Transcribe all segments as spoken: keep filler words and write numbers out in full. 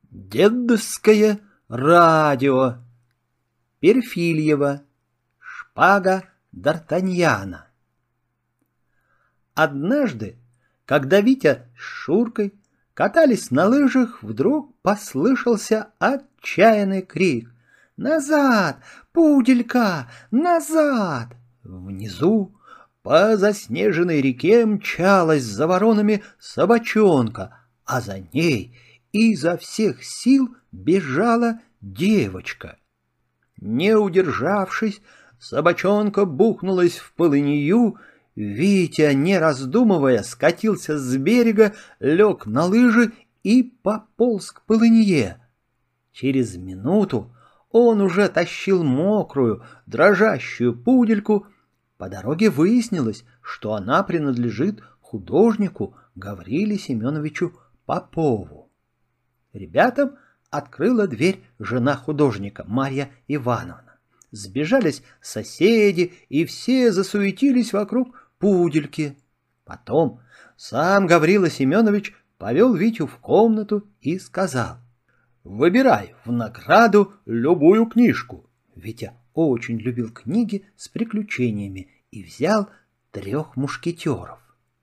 Дедовское радио. Перфильева. Шпага Д'Артаньяна. Однажды, когда Витя с Шуркой катались на лыжах, вдруг послышался отчаянный крик: «Назад, пуделька, назад!» Внизу по заснеженной реке мчалась за воронами собачонка, а за ней изо всех сил бежала девочка. Не удержавшись, собачонка бухнулась в полынью. Витя, не раздумывая, скатился с берега, лег на лыжи и пополз к полынье. Через минуту он уже тащил мокрую, дрожащую пудельку. По дороге выяснилось, что она принадлежит художнику Гавриле Семеновичу Попову. Ребятам открыла дверь жена художника Марья Ивановна. Сбежались соседи, и все засуетились вокруг пудельки. Потом сам Гаврила Семенович повел Витю в комнату и сказал: «Выбирай в награду любую книжку». Витя очень любил книги с приключениями и взял «Трех мушкетеров».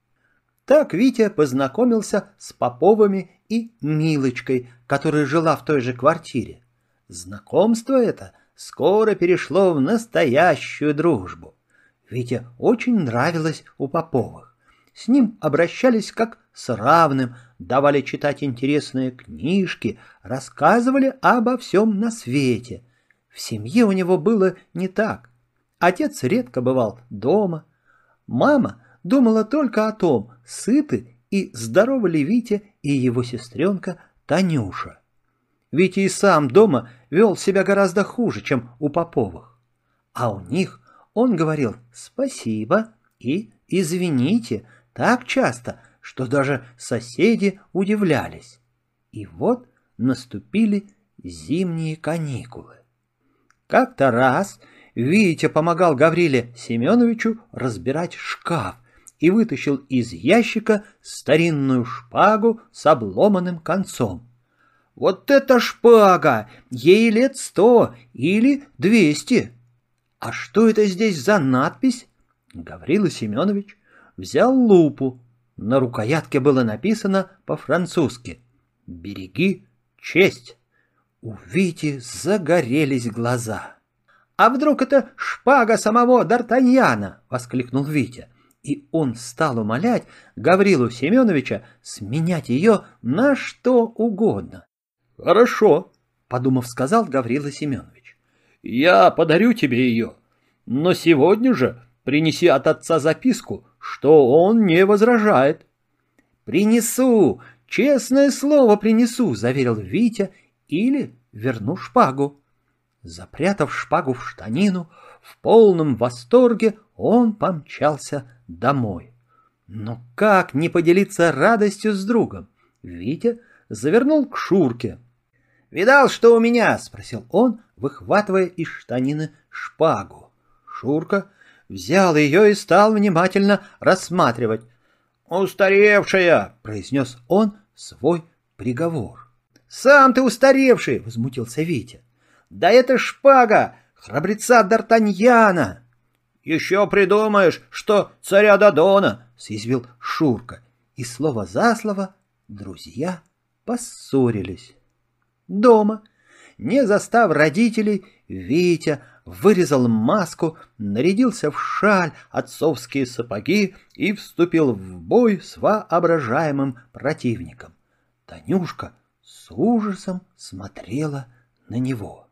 Так Витя познакомился с Поповыми и Милочкой, которая жила в той же квартире. Знакомство это скоро перешло в настоящую дружбу. Витя очень нравилось у Поповых. С ним обращались как с равным, давали читать интересные книжки, рассказывали обо всем на свете. В семье у него было не так. Отец редко бывал дома. Мама думала только о том, сыты и здоровы ли Витя и его сестренка Танюша. Витя и сам дома вел себя гораздо хуже, чем у Поповых. А у них он говорил «спасибо» и «извините» так часто, что даже соседи удивлялись. И вот наступили зимние каникулы. Как-то раз Витя помогал Гавриле Семеновичу разбирать шкаф и вытащил из ящика старинную шпагу с обломанным концом. «Вот это шпага! Ей лет сто или двести!» «А что это здесь за надпись?» Гаврила Семенович взял лупу. На рукоятке было написано по-французски: «Береги честь». У Вити загорелись глаза. «А вдруг это шпага самого Д'Артаньяна?» — воскликнул Витя. И он стал умолять Гаврилу Семеновича сменять ее на что угодно. «Хорошо», — подумав, сказал Гаврила Семенович. «Я подарю тебе ее, но сегодня же принеси от отца записку, что он не возражает». «Принесу, честное слово принесу», — заверил Витя, — «или верну шпагу». Запрятав шпагу в штанину, в полном восторге он помчался домой. Но как не поделиться радостью с другом? Витя завернул к Шурке. «Видал, что у меня?» — спросил он, выхватывая из штанины шпагу. Шурка взял ее и стал внимательно рассматривать. «Устаревшая!» — произнес он свой приговор. «Сам ты устаревший!» — возмутился Витя. «Да это шпага храбреца Д'Артаньяна!» «Еще придумаешь, что царя Додона!» — съязвил Шурка. И слово за слово друзья поссорились. Дома, не застав родителей, Витя вырезал маску, нарядился в шаль, отцовские сапоги и вступил в бой с воображаемым противником. Танюшка с ужасом смотрела на него.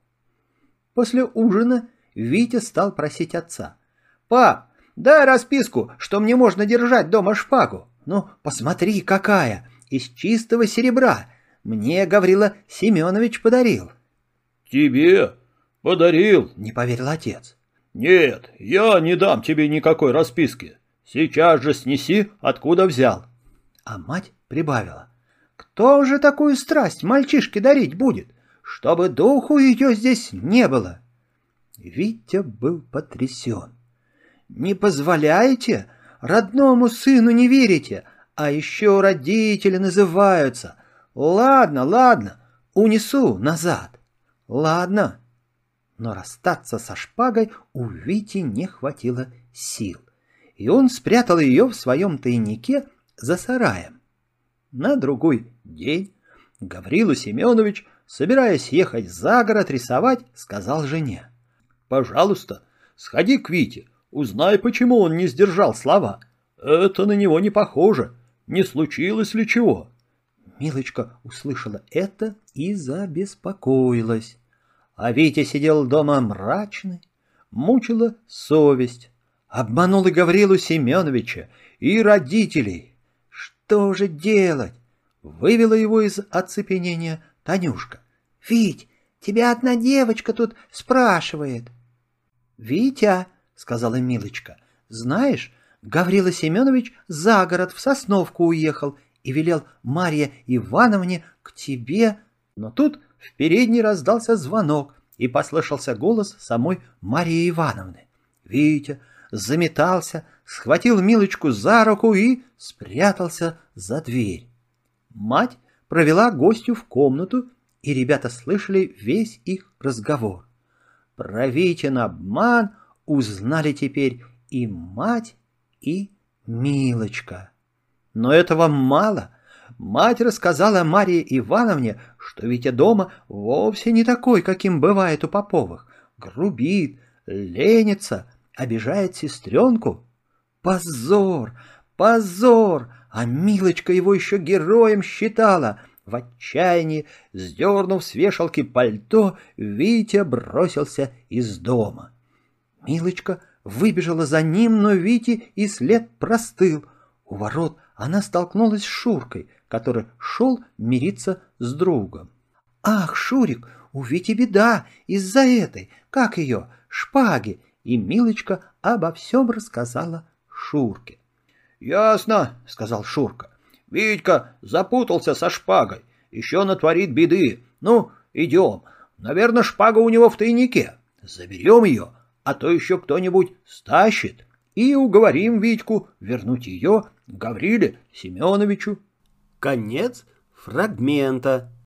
После ужина Витя стал просить отца: «Пап, дай расписку, что мне можно держать дома шпагу. Ну, посмотри, какая, из чистого серебра. Мне Гаврила Семенович подарил». «Тебе подарил?» — не поверил отец. «Нет, я не дам тебе никакой расписки. Сейчас же снеси, откуда взял». А мать прибавила: «Кто же такую страсть мальчишке дарить будет, чтобы духу ее здесь не было?» Витя был потрясен. «Не позволяете? Родному сыну не верите, а еще родители называются. Ладно, ладно, унесу назад. Ладно. Но расстаться со шпагой у Вити не хватило сил, и он спрятал ее в своем тайнике за сараем. На другой день Гаврила Семенович, собираясь ехать за город рисовать, сказал жене: «Пожалуйста, сходи к Вите, узнай, почему он не сдержал слова. Это на него не похоже. Не случилось ли чего?» Милочка услышала это и забеспокоилась. А Витя сидел дома мрачный, мучила совесть. Обманул и Гаврилу Семеновича, и родителей. Что же делать? Вывела его из оцепенения Танюшка. — Вить, тебя одна девочка тут спрашивает. — Витя, — сказала Милочка, — знаешь, Гаврила Семенович за город в Сосновку уехал и велел Марье Ивановне к тебе. Но тут в передней раздался звонок, и послышался голос самой Марьи Ивановны. Витя заметался, схватил Милочку за руку и спрятался за дверь. Мать провела гостью в комнату, и ребята слышали весь их разговор. Про Витин обман узнали теперь и мать, и Милочка. Но этого мало. Мать рассказала Марье Ивановне, что Витя дома вовсе не такой, каким бывает у Поповых. Грубит, ленится, обижает сестренку. Позор, позор! А Милочка его еще героем считала. В отчаянии, сдернув с вешалки пальто, Витя бросился из дома. Милочка выбежала за ним, но Вите и след простыл. У ворот она столкнулась с Шуркой, который шел мириться с другом. — Ах, Шурик, у Вити беда из-за этой, как ее, шпаги. И Милочка обо всем рассказала Шурке. — Ясно, — сказал Шурка. — Витька запутался со шпагой, еще натворит беды. Ну, идем. Наверное, шпага у него в тайнике. Заберем ее, а то еще кто-нибудь стащит. И уговорим Витьку вернуть ее Гавриле Семеновичу. Конец фрагмента.